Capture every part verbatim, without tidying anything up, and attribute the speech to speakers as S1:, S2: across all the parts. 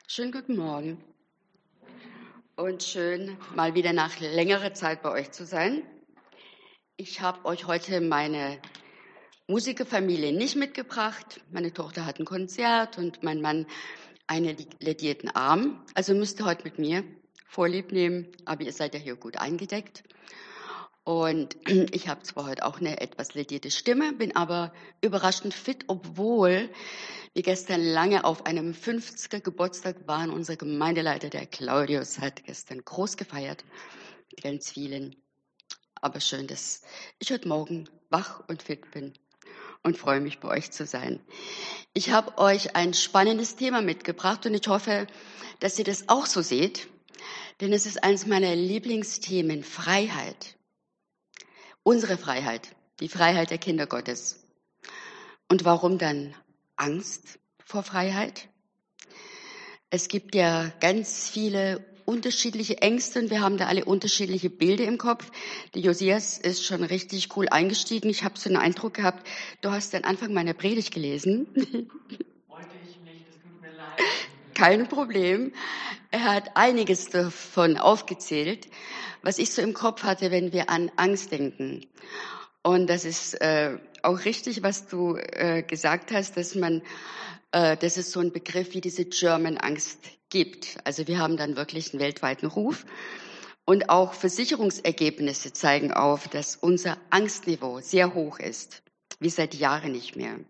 S1: Schönen guten Morgen und schön, mal wieder nach längerer Zeit bei euch zu sein. Ich habe euch heute meine Musikerfamilie nicht mitgebracht. Meine Tochter hat ein Konzert und mein Mann einen ledierten Arm. Also müsst ihr heute mit mir Vorlieb nehmen, aber ihr seid ja hier gut eingedeckt. Und ich habe zwar heute auch eine etwas ledierte Stimme, bin aber überraschend fit, obwohl wir gestern lange auf einem fünfziger Geburtstag waren. Unser Gemeindeleiter, der Claudius, hat gestern groß gefeiert mit ganz vielen. Aber schön, dass ich heute Morgen wach und fit bin und freue mich, bei euch zu sein. Ich habe euch ein spannendes Thema mitgebracht und ich hoffe, dass ihr das auch so seht, denn es ist eines meiner Lieblingsthemen, Freiheit. Unsere Freiheit, die Freiheit der Kinder Gottes. Und warum dann Angst vor Freiheit? Es gibt ja ganz viele unterschiedliche Ängste und wir haben da alle unterschiedliche Bilder im Kopf. Der Josias ist schon richtig cool eingestiegen. Ich habe so einen Eindruck gehabt, du hast den Anfang meiner Predigt gelesen.
S2: Wollte ich nicht, es tut mir leid.
S1: Kein Problem. Er hat einiges davon aufgezählt, was ich so im Kopf hatte, wenn wir an Angst denken. Und das ist äh, auch richtig, was du äh, gesagt hast, dass man, äh, dass es so einen Begriff wie diese German Angst gibt. Also wir haben dann wirklich einen weltweiten Ruf. Und auch Versicherungsergebnisse zeigen auf, dass unser Angstniveau sehr hoch ist, wie seit Jahren nicht mehr.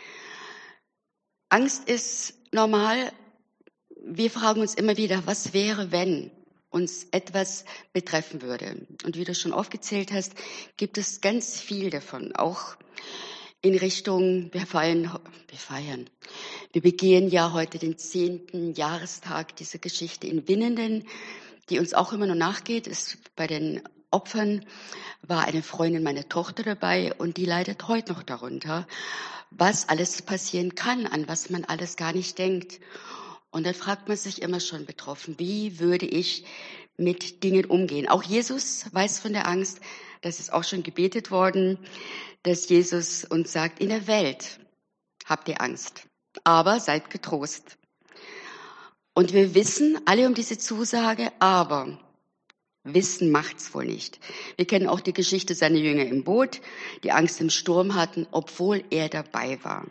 S1: Angst ist normal. Wir fragen uns immer wieder, was wäre, wenn uns etwas betreffen würde? Und wie du schon aufgezählt hast, gibt es ganz viel davon, auch in Richtung, wir feiern, wir feiern, wir begehen ja heute den zehnten Jahrestag dieser Geschichte in Winnenden, die uns auch immer noch nachgeht. Ist bei den Opfern war eine Freundin meiner Tochter dabei und die leidet heute noch darunter, was alles passieren kann, an was man alles gar nicht denkt. Und dann fragt man sich immer schon betroffen, wie würde ich mit Dingen umgehen? Auch Jesus weiß von der Angst, das ist auch schon gebetet worden, dass Jesus uns sagt, in der Welt habt ihr Angst, aber seid getrost. Und wir wissen alle um diese Zusage, aber Wissen macht's wohl nicht. Wir kennen auch die Geschichte seiner Jünger im Boot, die Angst im Sturm hatten, obwohl er dabei war.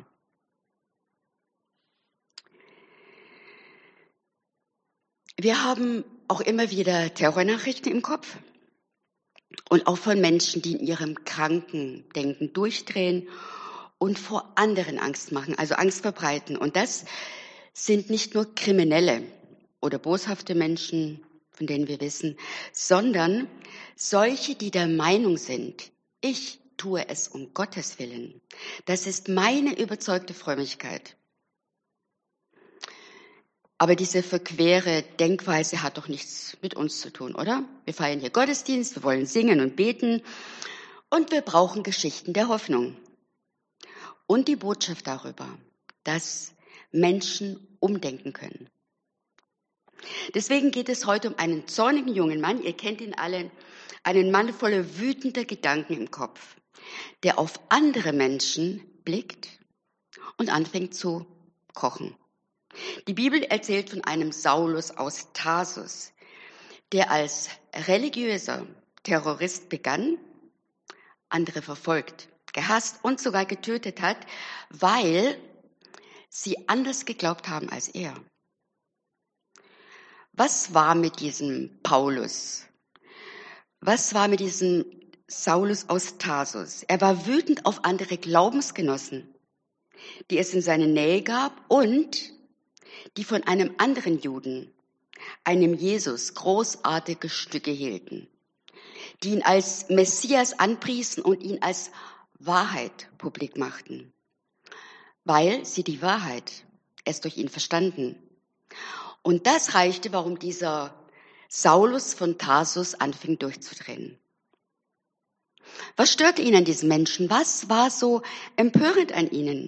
S1: Wir haben auch immer wieder Terrornachrichten im Kopf und auch von Menschen, die in ihrem kranken Denken durchdrehen und vor anderen Angst machen, also Angst verbreiten. Und das sind nicht nur Kriminelle oder boshafte Menschen, von denen wir wissen, sondern solche, die der Meinung sind, ich tue es um Gottes Willen. Das ist meine überzeugte Frömmigkeit. Aber diese verquere Denkweise hat doch nichts mit uns zu tun, oder? Wir feiern hier Gottesdienst, wir wollen singen und beten und wir brauchen Geschichten der Hoffnung. Und die Botschaft darüber, dass Menschen umdenken können. Deswegen geht es heute um einen zornigen jungen Mann, ihr kennt ihn alle, einen Mann voller wütender Gedanken im Kopf, der auf andere Menschen blickt und anfängt zu kochen. Die Bibel erzählt von einem Saulus aus Tarsus, der als religiöser Terrorist begann, andere verfolgt, gehasst und sogar getötet hat, weil sie anders geglaubt haben als er. Was war mit diesem Paulus? Was war mit diesem Saulus aus Tarsus? Er war wütend auf andere Glaubensgenossen, die es in seine Nähe gab und die von einem anderen Juden, einem Jesus, großartige Stücke hielten, die ihn als Messias anpriesen und ihn als Wahrheit publik machten, weil sie die Wahrheit erst durch ihn verstanden. Und das reichte, warum dieser Saulus von Tarsus anfing durchzudrehen. Was störte ihn an diesen Menschen? Was war so empörend an ihnen?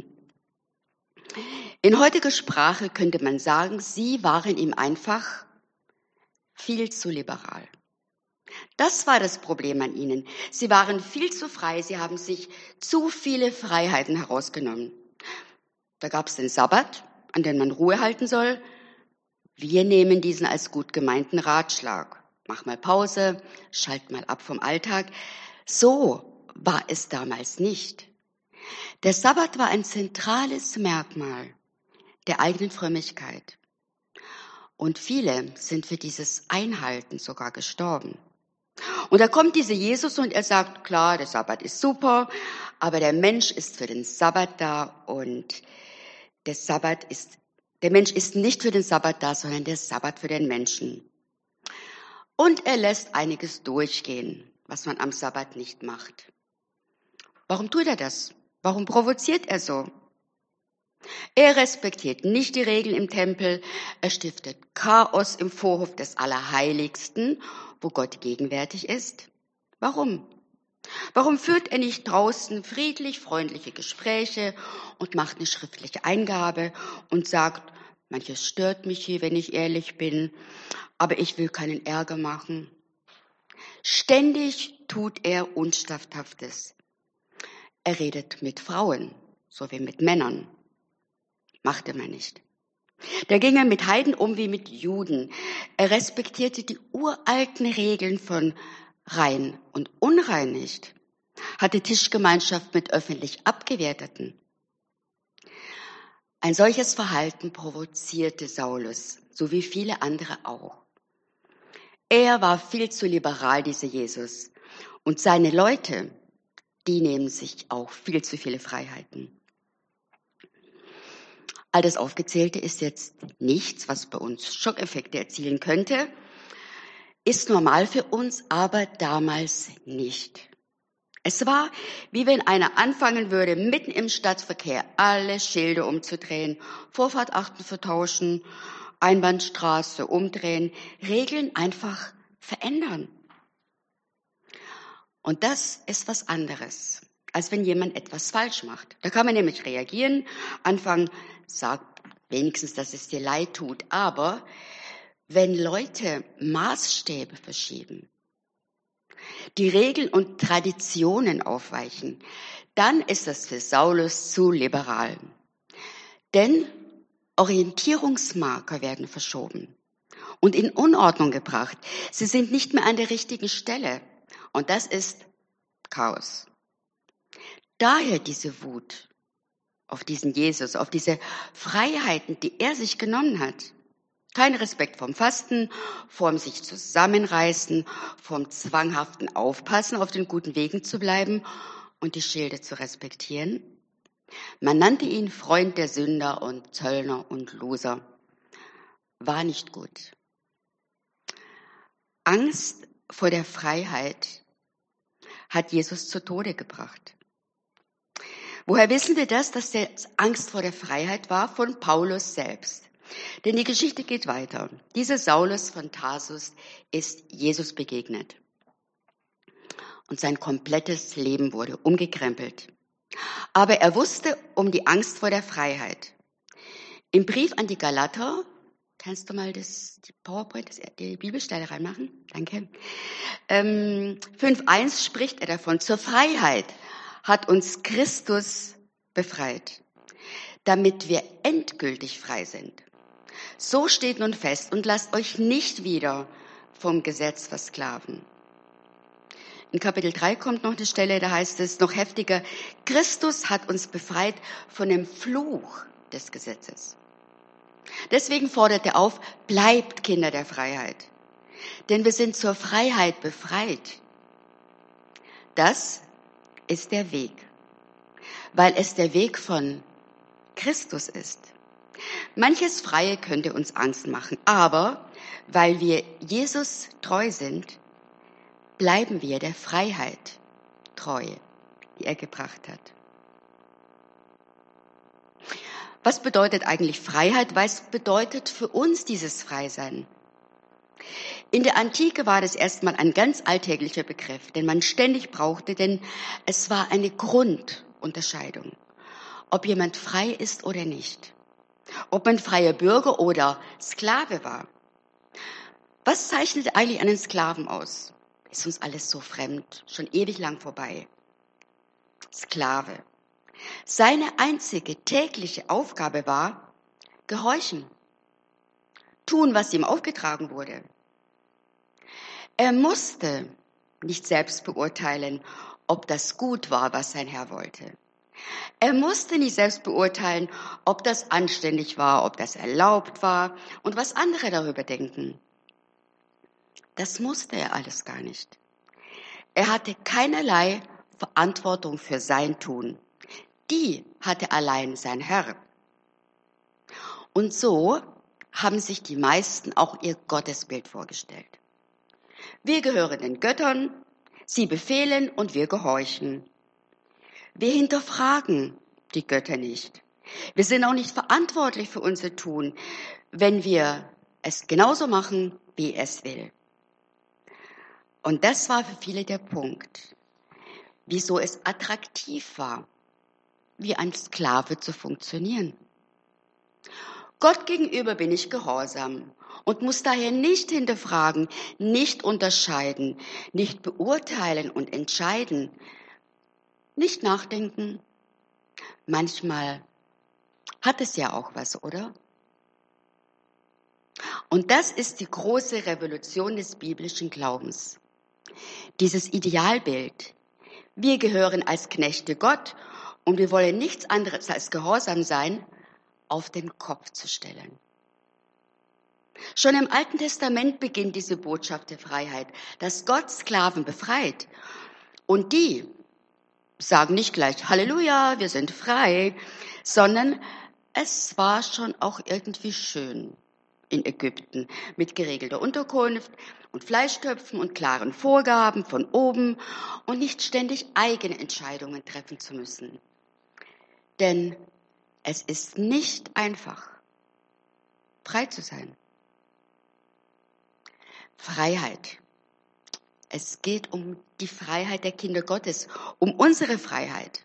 S1: In heutiger Sprache könnte man sagen, sie waren ihm einfach viel zu liberal. Das war das Problem an ihnen. Sie waren viel zu frei, sie haben sich zu viele Freiheiten herausgenommen. Da gab es den Sabbat, an dem man Ruhe halten soll. Wir nehmen diesen als gut gemeinten Ratschlag. Mach mal Pause, schalt mal ab vom Alltag. So war es damals nicht. Der Sabbat war ein zentrales Merkmal der eigenen Frömmigkeit. Und viele sind für dieses Einhalten sogar gestorben. Und da kommt dieser Jesus und er sagt, klar, der Sabbat ist super, aber der Mensch ist für den Sabbat da und der Sabbat ist, der Mensch ist nicht für den Sabbat da, sondern der Sabbat für den Menschen. Und er lässt einiges durchgehen, was man am Sabbat nicht macht. Warum tut er das? Warum provoziert er so? Er respektiert nicht die Regeln im Tempel, er stiftet Chaos im Vorhof des Allerheiligsten, wo Gott gegenwärtig ist. Warum? Warum führt er nicht draußen friedlich freundliche Gespräche und macht eine schriftliche Eingabe und sagt, manches stört mich hier, wenn ich ehrlich bin, aber ich will keinen Ärger machen. Ständig tut er Unstatthaftes. Er redet mit Frauen, so wie mit Männern. Machte man nicht. Da ging er mit Heiden um wie mit Juden. Er respektierte die uralten Regeln von rein und unrein nicht. Hatte Tischgemeinschaft mit öffentlich Abgewerteten. Ein solches Verhalten provozierte Saulus, so wie viele andere auch. Er war viel zu liberal, dieser Jesus. Und seine Leute, die nehmen sich auch viel zu viele Freiheiten. All das Aufgezählte ist jetzt nichts, was bei uns Schockeffekte erzielen könnte, ist normal für uns, aber damals nicht. Es war, wie wenn einer anfangen würde, mitten im Stadtverkehr alle Schilder umzudrehen, Vorfahrtarten vertauschen, Einbahnstraße umdrehen, Regeln einfach verändern. Und das ist was anderes, als wenn jemand etwas falsch macht. Da kann man nämlich reagieren, anfangen, sagt wenigstens, dass es dir leid tut. Aber wenn Leute Maßstäbe verschieben, die Regeln und Traditionen aufweichen, dann ist das für Saulus zu liberal. Denn Orientierungsmarker werden verschoben und in Unordnung gebracht. Sie sind nicht mehr an der richtigen Stelle. Und das ist Chaos. Daher diese Wut auf diesen Jesus, auf diese Freiheiten, die er sich genommen hat. Kein Respekt vom Fasten, vom sich zusammenreißen, vom zwanghaften Aufpassen, auf den guten Wegen zu bleiben und die Schilde zu respektieren. Man nannte ihn Freund der Sünder und Zöllner und Loser. War nicht gut. Angst vor der Freiheit hat Jesus zu Tode gebracht. Woher wissen wir das, dass der Angst vor der Freiheit war? Von Paulus selbst. Denn die Geschichte geht weiter. Dieser Saulus von Tarsus ist Jesus begegnet. Und sein komplettes Leben wurde umgekrempelt. Aber er wusste um die Angst vor der Freiheit. Im Brief an die Galater, kannst du mal das, die PowerPoint, das, die Bibelstelle reinmachen? Danke. Ähm, fünf eins spricht er davon. Zur Freiheit hat uns Christus befreit, damit wir endgültig frei sind. So steht nun fest und lasst euch nicht wieder vom Gesetz versklaven. In Kapitel drei kommt noch eine Stelle, da heißt es noch heftiger, Christus hat uns befreit von dem Fluch des Gesetzes. Deswegen fordert er auf, bleibt Kinder der Freiheit. Denn wir sind zur Freiheit befreit. Das ist der Weg, weil es der Weg von Christus ist. Manches Freie könnte uns Angst machen, aber weil wir Jesus treu sind, bleiben wir der Freiheit treu, die er gebracht hat. Was bedeutet eigentlich Freiheit? Was bedeutet für uns dieses Freisein? In der Antike war das erstmal ein ganz alltäglicher Begriff, den man ständig brauchte, denn es war eine Grundunterscheidung, ob jemand frei ist oder nicht, ob man freier Bürger oder Sklave war. Was zeichnet eigentlich einen Sklaven aus? Ist uns alles so fremd, schon ewig lang vorbei. Sklave. Seine einzige tägliche Aufgabe war Gehorchen. tun, was ihm aufgetragen wurde. Er musste nicht selbst beurteilen, ob das gut war, was sein Herr wollte. Er musste nicht selbst beurteilen, ob das anständig war, ob das erlaubt war und was andere darüber denken. Das musste er alles gar nicht. Er hatte keinerlei Verantwortung für sein Tun. Die hatte allein sein Herr. Und so haben sich die meisten auch ihr Gottesbild vorgestellt. Wir gehören den Göttern, sie befehlen und wir gehorchen. Wir hinterfragen die Götter nicht. Wir sind auch nicht verantwortlich für unser Tun, wenn wir es genauso machen, wie er es will. Und das war für viele der Punkt, wieso es attraktiv war, wie ein Sklave zu funktionieren. Gott gegenüber bin ich gehorsam und muss daher nicht hinterfragen, nicht unterscheiden, nicht beurteilen und entscheiden, nicht nachdenken. Manchmal hat es ja auch was, oder? Und das ist die große Revolution des biblischen Glaubens. Dieses Idealbild. Wir gehören als Knechte Gott und wir wollen nichts anderes als gehorsam sein, auf den Kopf zu stellen. Schon im Alten Testament beginnt diese Botschaft der Freiheit, dass Gott Sklaven befreit. Und die sagen nicht gleich Halleluja, wir sind frei, sondern es war schon auch irgendwie schön in Ägypten mit geregelter Unterkunft und Fleischtöpfen und klaren Vorgaben von oben und nicht ständig eigene Entscheidungen treffen zu müssen. Denn es ist nicht einfach, frei zu sein. Freiheit. Es geht um die Freiheit der Kinder Gottes, um unsere Freiheit.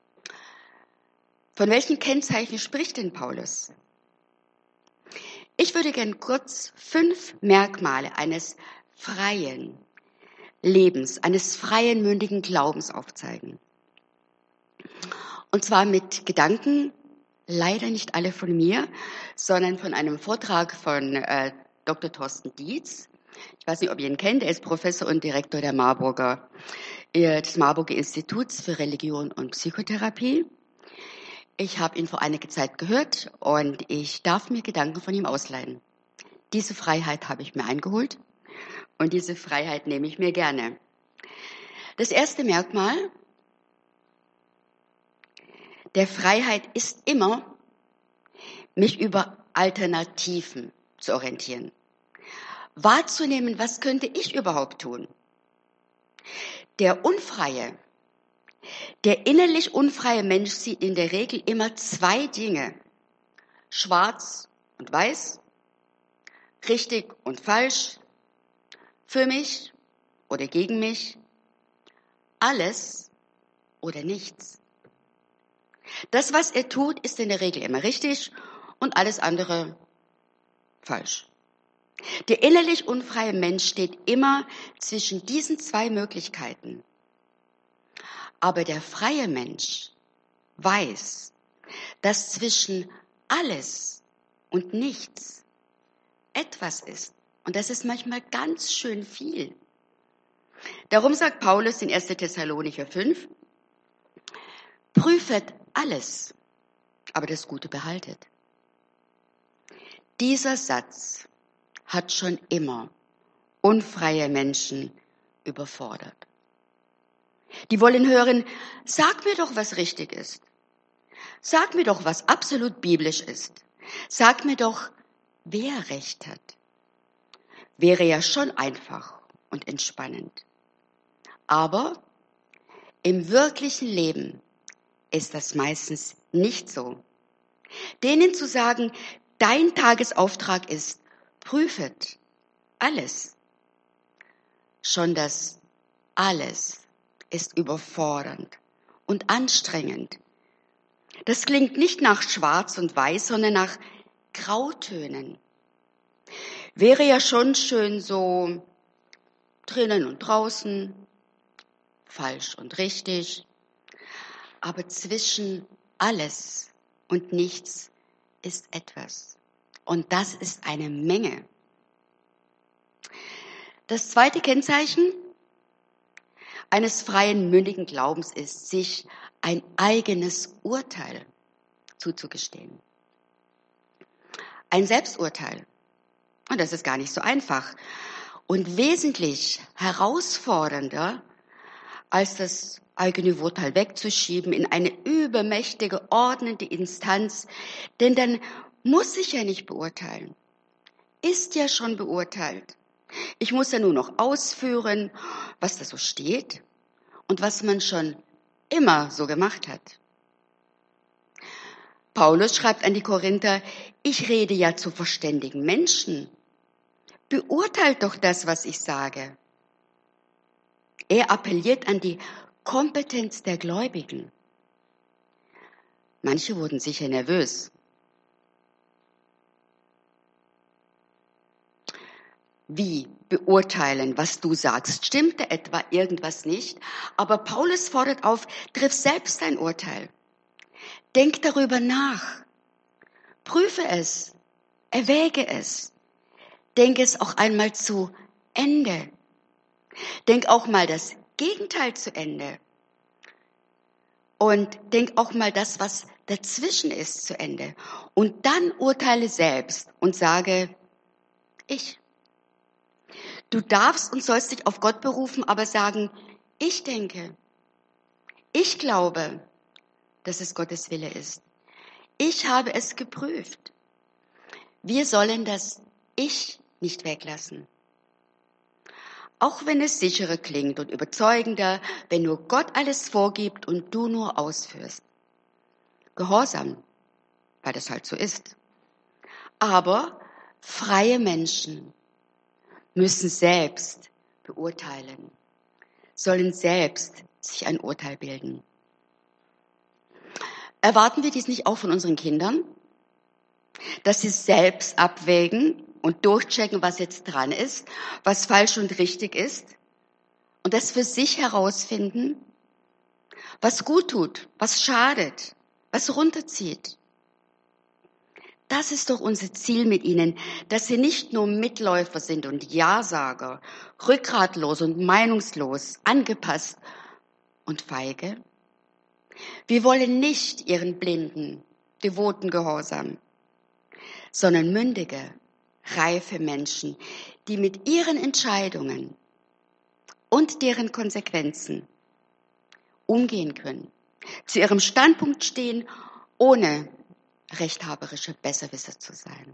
S1: Von welchen Kennzeichen spricht denn Paulus? Ich würde gern kurz fünf Merkmale eines freien Lebens, eines freien, mündigen Glaubens aufzeigen. Und zwar mit Gedanken, leider nicht alle von mir, sondern von einem Vortrag von äh, Doktor Thorsten Dietz. Ich weiß nicht, ob ihr ihn kennt, er ist Professor und Direktor der Marburger, äh, des Marburger Instituts für Religion und Psychotherapie. Ich habe ihn vor einiger Zeit gehört und ich darf mir Gedanken von ihm ausleihen. Diese Freiheit habe ich mir eingeholt und diese Freiheit nehme ich mir gerne. Das erste Merkmal der Freiheit ist immer, mich über Alternativen zu orientieren. Wahrzunehmen, was könnte ich überhaupt tun? Der Unfreie, der innerlich unfreie Mensch sieht in der Regel immer zwei Dinge. Schwarz und weiß, richtig und falsch, für mich oder gegen mich, alles oder nichts. Das, was er tut, ist in der Regel immer richtig und alles andere falsch. Der innerlich unfreie Mensch steht immer zwischen diesen zwei Möglichkeiten. Aber der freie Mensch weiß, dass zwischen alles und nichts etwas ist. Und das ist manchmal ganz schön viel. Darum sagt Paulus in erster Thessalonicher fünf, prüfet alles, aber das Gute behaltet. Dieser Satz hat schon immer unfreie Menschen überfordert. Die wollen hören, sag mir doch, was richtig ist. Sag mir doch, was absolut biblisch ist. Sag mir doch, wer Recht hat. Wäre ja schon einfach und entspannend. Aber im wirklichen Leben ist das meistens nicht so. Denen zu sagen, dein Tagesauftrag ist, prüfet alles. Schon das alles ist überfordernd und anstrengend. Das klingt nicht nach Schwarz und Weiß, sondern nach Grautönen. Wäre ja schon schön so drinnen und draußen, falsch und richtig, aber zwischen alles und nichts ist etwas. Und das ist eine Menge. Das zweite Kennzeichen eines freien, mündigen Glaubens ist, sich ein eigenes Urteil zuzugestehen. Ein Selbsturteil. Und das ist gar nicht so einfach. Und wesentlich herausfordernder, als das eigene Urteil wegzuschieben in eine übermächtige, ordnende Instanz. Denn dann muss ich ja nicht beurteilen. Ist ja schon beurteilt. Ich muss ja nur noch ausführen, was da so steht und was man schon immer so gemacht hat. Paulus schreibt an die Korinther, ich rede ja zu verständigen Menschen. Beurteilt doch das, was ich sage. Er appelliert an die Kompetenz der Gläubigen. Manche wurden sicher nervös. Wie beurteilen, was du sagst? Stimmte etwa irgendwas nicht? Aber Paulus fordert auf, triff selbst ein Urteil. Denk darüber nach. Prüfe es. Erwäge es. Denk es auch einmal zu Ende. Denk auch mal das Gegenteil zu Ende. Und denk auch mal das, was dazwischen ist, zu Ende. Und dann urteile selbst und sage, ich. Du darfst und sollst dich auf Gott berufen, aber sagen, ich denke, ich glaube, dass es Gottes Wille ist. Ich habe es geprüft. Wir sollen das Ich nicht weglassen. Auch wenn es sicherer klingt und überzeugender, wenn nur Gott alles vorgibt und du nur ausführst. Gehorsam, weil das halt so ist. Aber freie Menschen müssen selbst beurteilen, sollen selbst sich ein Urteil bilden. Erwarten wir dies nicht auch von unseren Kindern? Dass sie selbst abwägen und durchchecken, was jetzt dran ist, was falsch und richtig ist und das für sich herausfinden, was gut tut, was schadet, was runterzieht. Das ist doch unser Ziel mit ihnen, dass sie nicht nur Mitläufer sind und Ja-Sager, rückgratlos und meinungslos, angepasst und feige. Wir wollen nicht ihren blinden, devoten Gehorsam, sondern mündige, reife Menschen, die mit ihren Entscheidungen und deren Konsequenzen umgehen können, zu ihrem Standpunkt stehen, ohne rechthaberische Besserwisser zu sein.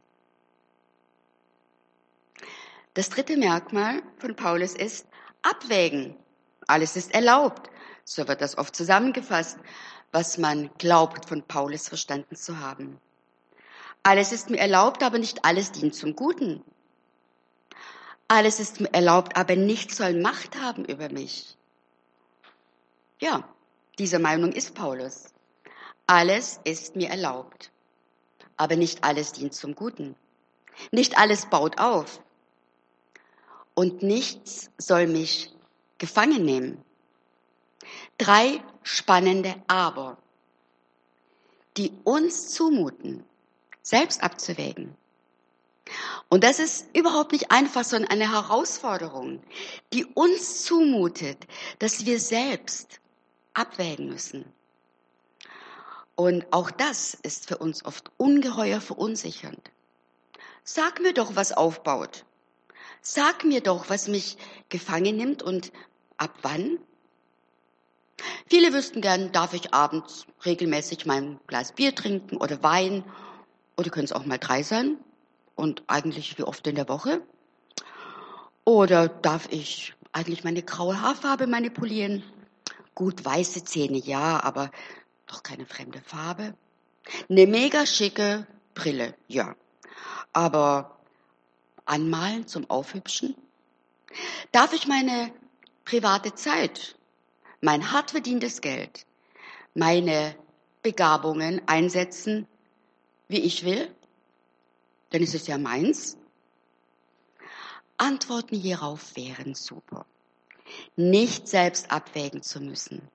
S1: Das dritte Merkmal von Paulus ist Abwägen. Alles ist erlaubt. So wird das oft zusammengefasst, was man glaubt, von Paulus verstanden zu haben. Alles ist mir erlaubt, aber nicht alles dient zum Guten. Alles ist mir erlaubt, aber nichts soll Macht haben über mich. Ja, dieser Meinung ist Paulus. Alles ist mir erlaubt, aber nicht alles dient zum Guten. Nicht alles baut auf. Und nichts soll mich gefangen nehmen. Drei spannende Aber, die uns zumuten, selbst abzuwägen. Und das ist überhaupt nicht einfach, sondern eine Herausforderung, die uns zumutet, dass wir selbst abwägen müssen. Und auch das ist für uns oft ungeheuer verunsichernd. Sag mir doch, was aufbaut. Sag mir doch, was mich gefangen nimmt und ab wann. Viele wüssten gern, darf ich abends regelmäßig mein Glas Bier trinken oder Wein oder können es auch mal drei sein und eigentlich wie oft in der Woche. Oder darf ich eigentlich meine graue Haarfarbe manipulieren? Gut, weiße Zähne, ja, aber doch keine fremde Farbe. Eine mega schicke Brille, ja. Aber anmalen zum Aufhübschen? Darf ich meine private Zeit, mein hart verdientes Geld, meine Begabungen einsetzen, wie ich will? Dann ist es ja meins. Antworten hierauf wären super. Nicht selbst abwägen zu müssen.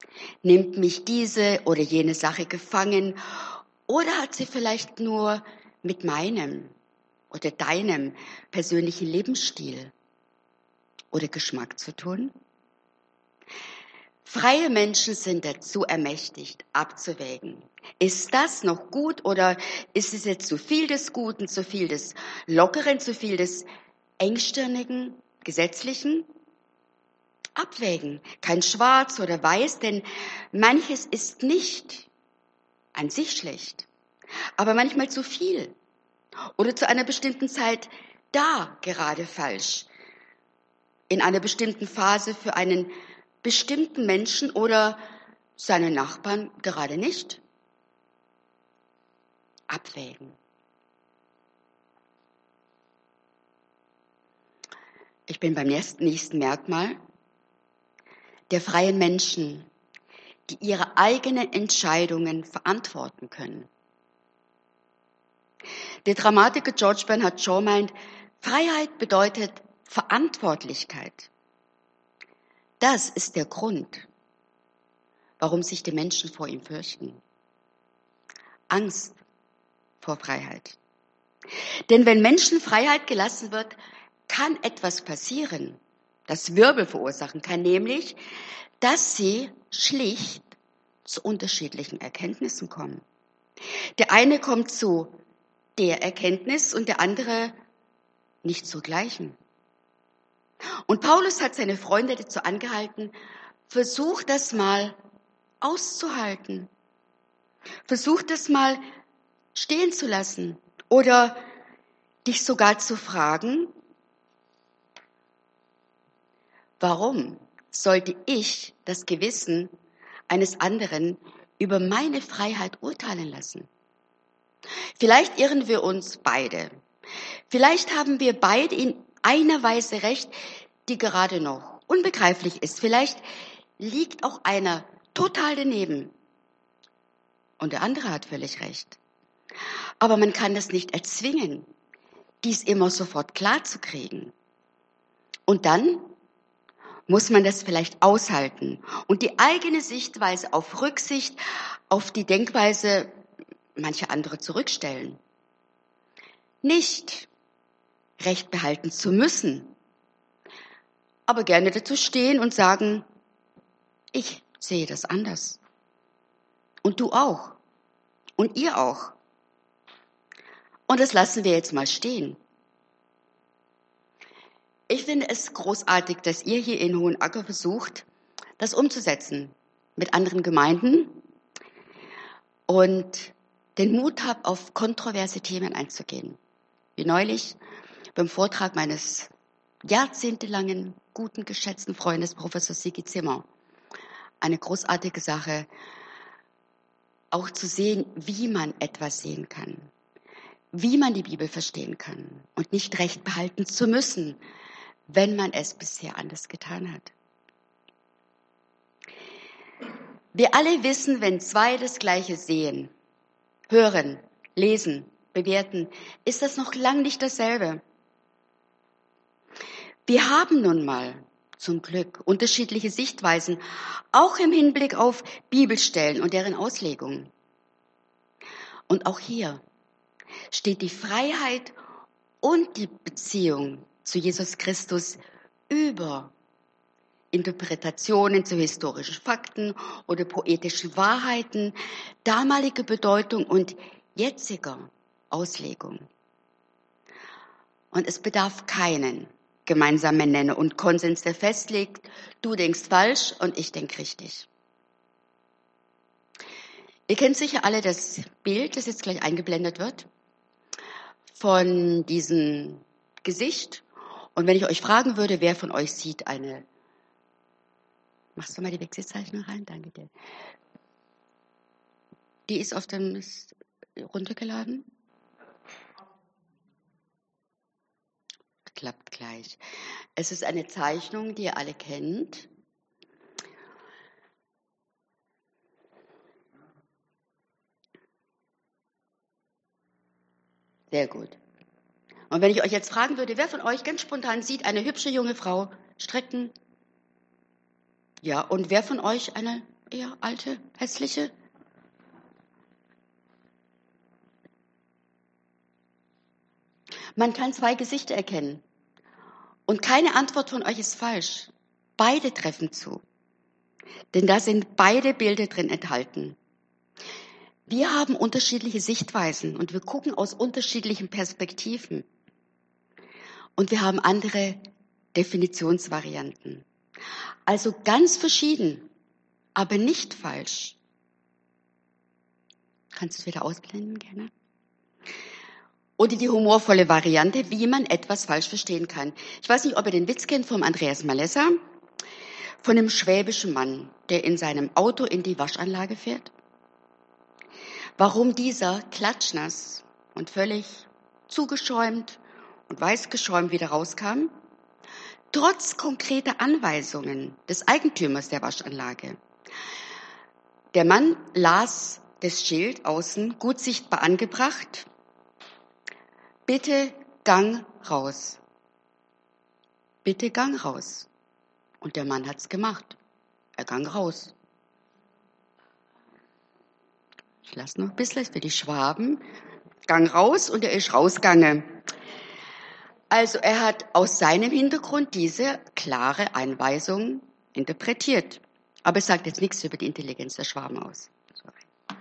S1: Nimmt mich diese oder jene Sache gefangen oder hat sie vielleicht nur mit meinem oder deinem persönlichen Lebensstil oder Geschmack zu tun? Freie Menschen sind dazu ermächtigt, abzuwägen. Ist das noch gut oder ist es jetzt zu viel des Guten, zu viel des Lockeren, zu viel des Engstirnigen, Gesetzlichen? Abwägen, kein Schwarz oder Weiß, denn manches ist nicht an sich schlecht, aber manchmal zu viel oder zu einer bestimmten Zeit da gerade falsch, in einer bestimmten Phase für einen bestimmten Menschen oder seine Nachbarn gerade nicht. Abwägen. Ich bin beim nächsten Merkmal der freien Menschen, die ihre eigenen Entscheidungen verantworten können. Der Dramatiker George Bernard Shaw meint, Freiheit bedeutet Verantwortlichkeit. Das ist der Grund, warum sich die Menschen vor ihm fürchten. Angst vor Freiheit. Denn wenn Menschen Freiheit gelassen wird, kann etwas passieren, das Wirbel verursachen kann, nämlich, dass sie schlicht zu unterschiedlichen Erkenntnissen kommen. Der eine kommt zu der Erkenntnis und der andere nicht zur gleichen. Und Paulus hat seine Freunde dazu angehalten, versuch das mal auszuhalten. Versuch das mal stehen zu lassen oder dich sogar zu fragen, warum sollte ich das Gewissen eines anderen über meine Freiheit urteilen lassen? Vielleicht irren wir uns beide. Vielleicht haben wir beide in einer Weise recht, die gerade noch unbegreiflich ist. Vielleicht liegt auch einer total daneben und der andere hat völlig recht. Aber man kann das nicht erzwingen, dies immer sofort klar zu kriegen. Und dann muss man das vielleicht aushalten und die eigene Sichtweise auf Rücksicht auf die Denkweise mancher andere zurückstellen. Nicht Recht behalten zu müssen, aber gerne dazu stehen und sagen, ich sehe das anders. Und du auch. Und ihr auch. Und das lassen wir jetzt mal stehen. Ich finde es großartig, dass ihr hier in Hohenacker versucht, das umzusetzen mit anderen Gemeinden und den Mut habt, auf kontroverse Themen einzugehen. Wie neulich beim Vortrag meines jahrzehntelangen, guten, geschätzten Freundes, Professor Sigi Zimmer. Eine großartige Sache, auch zu sehen, wie man etwas sehen kann, wie man die Bibel verstehen kann und nicht Recht behalten zu müssen, wenn man es bisher anders getan hat. Wir alle wissen, wenn zwei das Gleiche sehen, hören, lesen, bewerten, ist das noch lang nicht dasselbe. Wir haben nun mal zum Glück unterschiedliche Sichtweisen, auch im Hinblick auf Bibelstellen und deren Auslegung. Und auch hier steht die Freiheit und die Beziehung zu Jesus Christus über Interpretationen zu historischen Fakten oder poetischen Wahrheiten, damalige Bedeutung und jetziger Auslegung. Und es bedarf keinen gemeinsamen Nenner und Konsens, der festlegt, du denkst falsch und ich denk richtig. Ihr kennt sicher alle das Bild, das jetzt gleich eingeblendet wird, von diesem Gesicht. Und wenn ich euch fragen würde, wer von euch sieht eine, machst du mal die Wechselzeichnung rein? Danke dir. Die ist auf dem, ist runtergeladen. Klappt gleich. Es ist eine Zeichnung, die ihr alle kennt. Sehr gut. Und wenn ich euch jetzt fragen würde, wer von euch ganz spontan sieht eine hübsche junge Frau strecken? Ja, und wer von euch eine eher alte, hässliche? Man kann zwei Gesichter erkennen. Und keine Antwort von euch ist falsch. Beide treffen zu. Denn da sind beide Bilder drin enthalten. Wir haben unterschiedliche Sichtweisen und wir gucken aus unterschiedlichen Perspektiven. Und wir haben andere Definitionsvarianten. Also ganz verschieden, aber nicht falsch. Kannst du es wieder ausblenden, gerne? Oder die humorvolle Variante, wie man etwas falsch verstehen kann. Ich weiß nicht, ob ihr den Witz kennt vom Andreas Malessa, von einem schwäbischen Mann, der in seinem Auto in die Waschanlage fährt. Warum dieser klatschnass und völlig zugeschäumt und weißgeschäumt wieder rauskam? Trotz konkreter Anweisungen des Eigentümers der Waschanlage. Der Mann las das Schild außen, gut sichtbar angebracht. Bitte Gang raus. Bitte Gang raus. Und der Mann hat's gemacht. Er Gang raus. Ich lasse noch ein bisschen für die Schwaben. Gang raus und er ist rausgegangen. Also er hat aus seinem Hintergrund diese klare Anweisung interpretiert. Aber es sagt jetzt nichts über die Intelligenz der Schwaben aus. Sorry.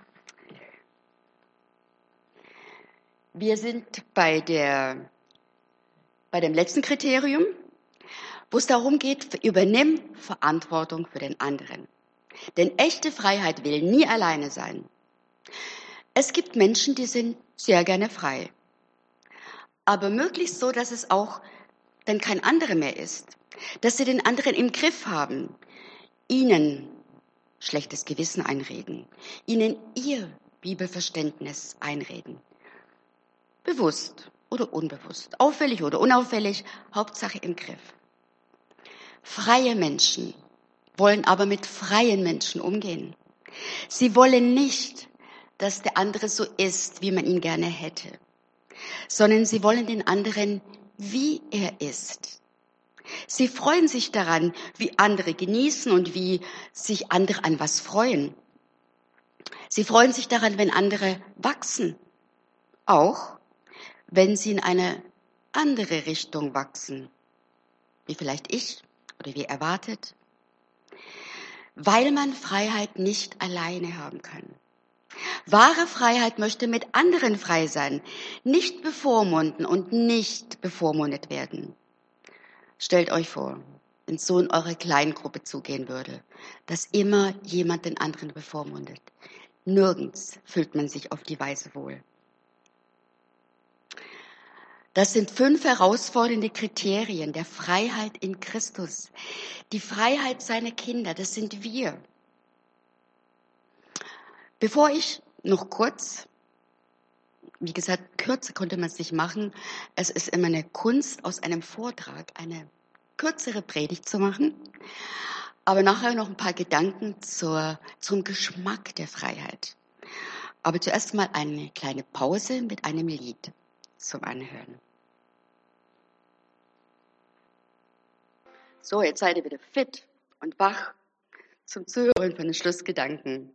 S1: Wir sind bei, der, bei dem letzten Kriterium, wo es darum geht, übernimm Verantwortung für den anderen. Denn echte Freiheit will nie alleine sein. Es gibt Menschen, die sind sehr gerne frei. Aber möglichst so, dass es auch dann kein anderer mehr ist. Dass sie den anderen im Griff haben. Ihnen schlechtes Gewissen einreden. Ihnen ihr Bibelverständnis einreden. Bewusst oder unbewusst. Auffällig oder unauffällig. Hauptsache im Griff. Freie Menschen wollen aber mit freien Menschen umgehen. Sie wollen nicht, dass der andere so ist, wie man ihn gerne hätte, sondern sie wollen den anderen, wie er ist. Sie freuen sich daran, wie andere genießen und wie sich andere an was freuen. Sie freuen sich daran, wenn andere wachsen, auch wenn sie in eine andere Richtung wachsen, wie vielleicht ich oder wie erwartet, weil man Freiheit nicht alleine haben kann. Wahre Freiheit möchte mit anderen frei sein, nicht bevormunden und nicht bevormundet werden. Stellt euch vor, wenn es so in eure Kleingruppe zugehen würde, dass immer jemand den anderen bevormundet. Nirgends fühlt man sich auf die Weise wohl. Das sind fünf herausfordernde Kriterien der Freiheit in Christus. Die Freiheit seiner Kinder, das sind wir. Bevor ich noch kurz, wie gesagt, kürzer konnte man es nicht machen. Es ist immer eine Kunst, aus einem Vortrag eine kürzere Predigt zu machen. Aber nachher noch ein paar Gedanken zur, zum Geschmack der Freiheit. Aber zuerst mal eine kleine Pause mit einem Lied zum Anhören. So, jetzt seid ihr wieder fit und wach zum Zuhören von den Schlussgedanken.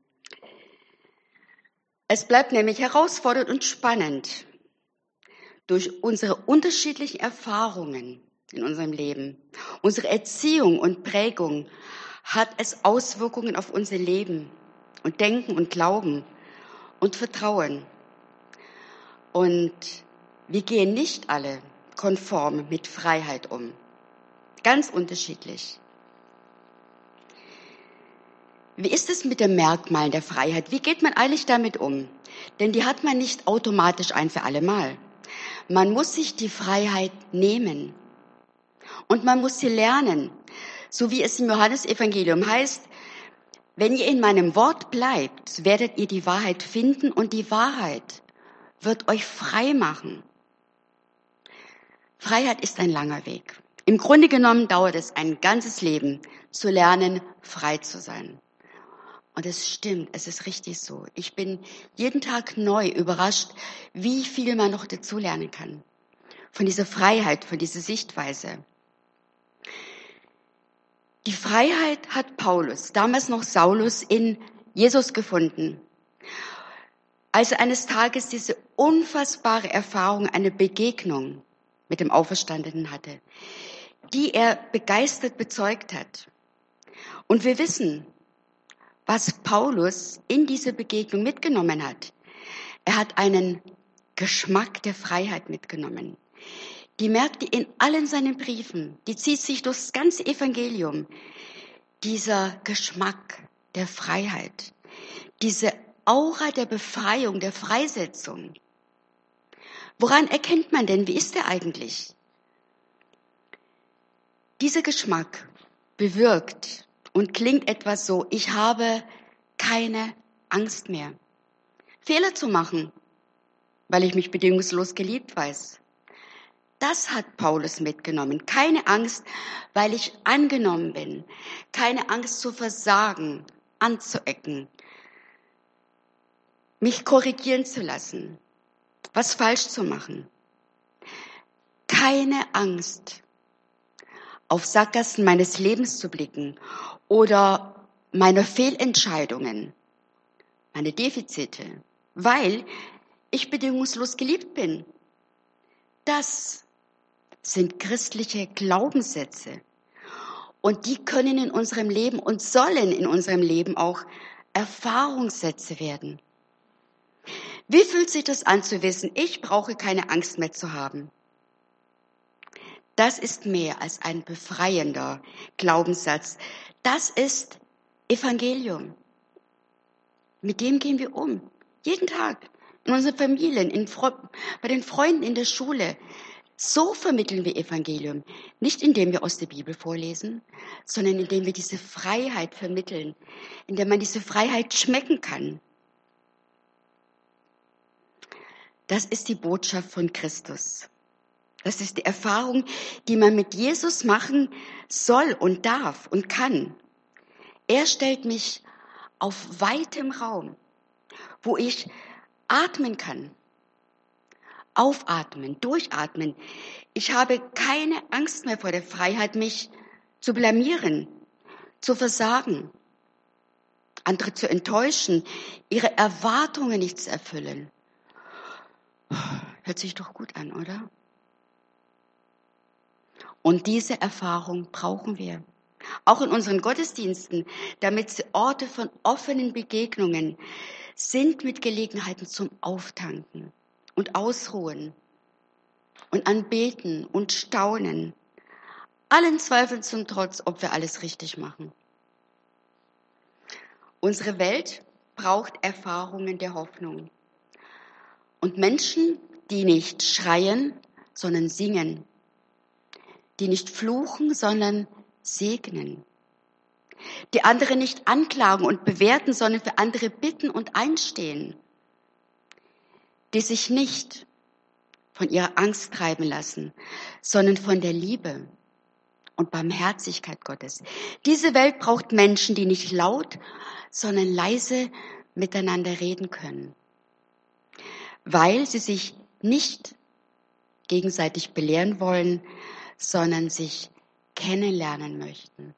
S1: Es bleibt nämlich herausfordernd und spannend, durch unsere unterschiedlichen Erfahrungen in unserem Leben, unsere Erziehung und Prägung hat es Auswirkungen auf unser Leben und Denken und Glauben und Vertrauen. Und wir gehen nicht alle konform mit Freiheit um. Ganz unterschiedlich. Wie ist es mit den Merkmalen der Freiheit? Wie geht man eigentlich damit um? Denn die hat man nicht automatisch ein für alle Mal. Man muss sich die Freiheit nehmen. Und man muss sie lernen. So wie es im Johannesevangelium heißt, wenn ihr in meinem Wort bleibt, werdet ihr die Wahrheit finden und die Wahrheit wird euch frei machen. Freiheit ist ein langer Weg. Im Grunde genommen dauert es ein ganzes Leben, zu lernen, frei zu sein. Und es stimmt, es ist richtig so. Ich bin jeden Tag neu überrascht, wie viel man noch dazulernen kann. Von dieser Freiheit, von dieser Sichtweise. Die Freiheit hat Paulus, damals noch Saulus, in Jesus gefunden. Als er eines Tages diese unfassbare Erfahrung, eine Begegnung mit dem Auferstandenen hatte, die er begeistert bezeugt hat. Und wir wissen, was Paulus in dieser Begegnung mitgenommen hat. Er hat einen Geschmack der Freiheit mitgenommen. Die merkt ihr in allen seinen Briefen, die zieht sich durch das ganze Evangelium. Dieser Geschmack der Freiheit, diese Aura der Befreiung, der Freisetzung. Woran erkennt man denn, wie ist er eigentlich? Dieser Geschmack bewirkt und klingt etwas so, ich habe keine Angst mehr, Fehler zu machen, weil ich mich bedingungslos geliebt weiß. Das hat Paulus mitgenommen. Keine Angst, weil ich angenommen bin. Keine Angst zu versagen, anzuecken, mich korrigieren zu lassen, was falsch zu machen. Keine Angst, auf Sackgassen meines Lebens zu blicken oder meine Fehlentscheidungen, meine Defizite, weil ich bedingungslos geliebt bin. Das sind christliche Glaubenssätze. Und die können in unserem Leben und sollen in unserem Leben auch Erfahrungssätze werden. Wie fühlt sich das an zu wissen, ich brauche keine Angst mehr zu haben? Das ist mehr als ein befreiender Glaubenssatz. Das ist Evangelium. Mit dem gehen wir um. Jeden Tag. In unseren Familien, in Fre- bei den Freunden in der Schule. So vermitteln wir Evangelium. Nicht indem wir aus der Bibel vorlesen, sondern indem wir diese Freiheit vermitteln, indem man diese Freiheit schmecken kann. Das ist die Botschaft von Christus. Das ist die Erfahrung, die man mit Jesus machen soll und darf und kann. Er stellt mich auf weitem Raum, wo ich atmen kann. Aufatmen, durchatmen. Ich habe keine Angst mehr vor der Freiheit, mich zu blamieren, zu versagen, andere zu enttäuschen, ihre Erwartungen nicht zu erfüllen. Hört sich doch gut an, oder? Und diese Erfahrung brauchen wir. Auch in unseren Gottesdiensten, damit sie Orte von offenen Begegnungen sind mit Gelegenheiten zum Auftanken und Ausruhen und Anbeten und Staunen. Allen Zweifeln zum Trotz, ob wir alles richtig machen. Unsere Welt braucht Erfahrungen der Hoffnung. Und Menschen, die nicht schreien, sondern singen. Die nicht fluchen, sondern segnen. Die andere nicht anklagen und bewerten, sondern für andere bitten und einstehen. Die sich nicht von ihrer Angst treiben lassen, sondern von der Liebe und Barmherzigkeit Gottes. Diese Welt braucht Menschen, die nicht laut, sondern leise miteinander reden können, weil sie sich nicht gegenseitig belehren wollen, sondern sich kennenlernen möchten.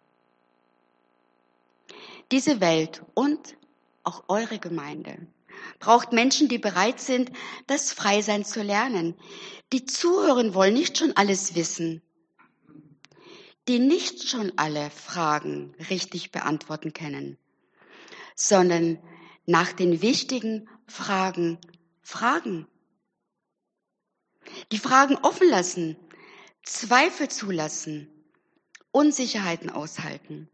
S1: Diese Welt und auch eure Gemeinde braucht Menschen, die bereit sind, das Freisein zu lernen, die zuhören wollen, nicht schon alles wissen, die nicht schon alle Fragen richtig beantworten können, sondern nach den wichtigen Fragen fragen. Die Fragen offen lassen, Zweifel zulassen, Unsicherheiten aushalten.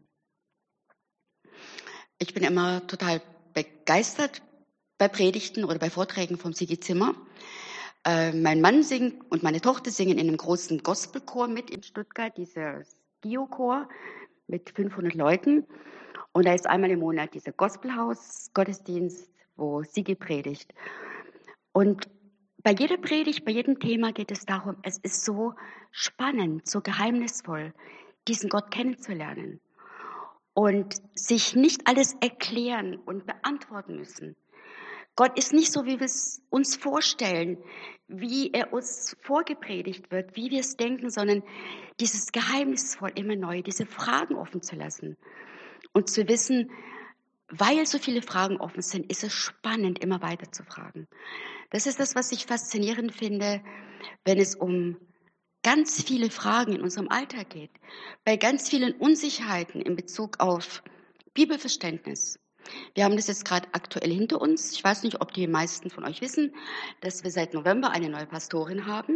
S1: Ich bin immer total begeistert bei Predigten oder bei Vorträgen vom Sigi Zimmer. Äh, mein Mann singt und meine Tochter singen in einem großen Gospelchor mit in Stuttgart, dieser Dio-Chor mit fünfhundert Leuten. Und da ist einmal im Monat dieser Gospelhaus-Gottesdienst, wo Sigi predigt. Und bei jeder Predigt, bei jedem Thema geht es darum, es ist so spannend, so geheimnisvoll, diesen Gott kennenzulernen und sich nicht alles erklären und beantworten müssen. Gott ist nicht so, wie wir es uns vorstellen, wie er uns vorgepredigt wird, wie wir es denken, sondern dieses geheimnisvoll immer neu, diese Fragen offen zu lassen und zu wissen, weil so viele Fragen offen sind, ist es spannend, immer weiter zu fragen. Das ist das, was ich faszinierend finde, wenn es um ganz viele Fragen in unserem Alltag geht, bei ganz vielen Unsicherheiten in Bezug auf Bibelverständnis. Wir haben das jetzt gerade aktuell hinter uns. Ich weiß nicht, ob die meisten von euch wissen, dass wir seit November eine neue Pastorin haben.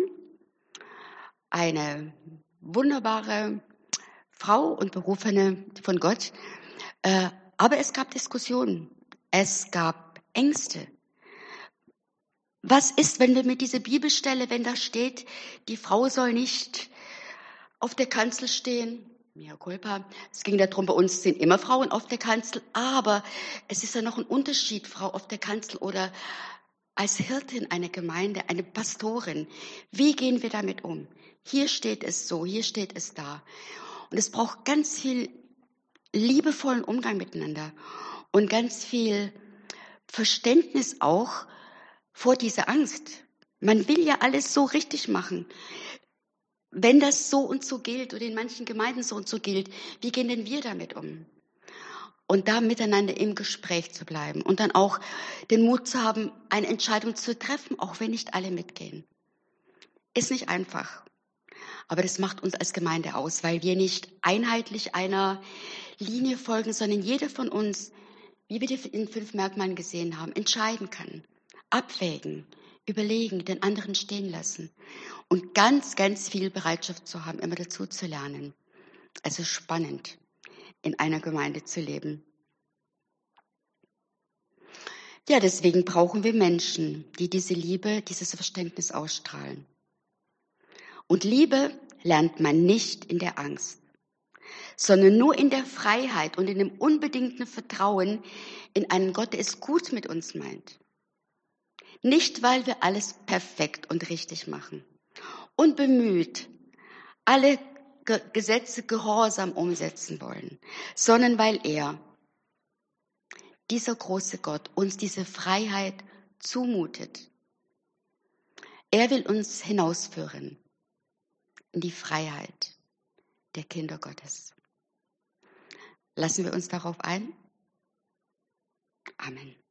S1: Eine wunderbare Frau und Berufene von Gott. Äh, aber es gab Diskussionen. Es gab Ängste. Was ist, wenn wir mit dieser Bibelstelle, wenn da steht, die Frau soll nicht auf der Kanzel stehen? Mea culpa. Es ging darum, bei uns sind immer Frauen auf der Kanzel, aber es ist ja noch ein Unterschied, Frau auf der Kanzel oder als Hirtin einer Gemeinde, eine Pastorin. Wie gehen wir damit um? Hier steht es so, hier steht es da. Und es braucht ganz viel liebevollen Umgang miteinander und ganz viel Verständnis auch vor dieser Angst. Man will ja alles so richtig machen. Wenn das so und so gilt oder in manchen Gemeinden so und so gilt, wie gehen denn wir damit um? Und da miteinander im Gespräch zu bleiben und dann auch den Mut zu haben, eine Entscheidung zu treffen, auch wenn nicht alle mitgehen. Ist nicht einfach. Aber das macht uns als Gemeinde aus, weil wir nicht einheitlich einer Linie folgen, sondern jeder von uns, wie wir die in fünf Merkmalen gesehen haben, entscheiden kann, abwägen, überlegen, den anderen stehen lassen und ganz, ganz viel Bereitschaft zu haben, immer dazu zu lernen. Also spannend, in einer Gemeinde zu leben. Ja, deswegen brauchen wir Menschen, die diese Liebe, dieses Verständnis ausstrahlen. Und Liebe lernt man nicht in der Angst, sondern nur in der Freiheit und in dem unbedingten Vertrauen in einen Gott, der es gut mit uns meint. Nicht, weil wir alles perfekt und richtig machen und bemüht alle Ge- Gesetze gehorsam umsetzen wollen, sondern weil er, dieser große Gott, uns diese Freiheit zumutet. Er will uns hinausführen in die Freiheit der Kinder Gottes. Lassen wir uns darauf ein? Amen.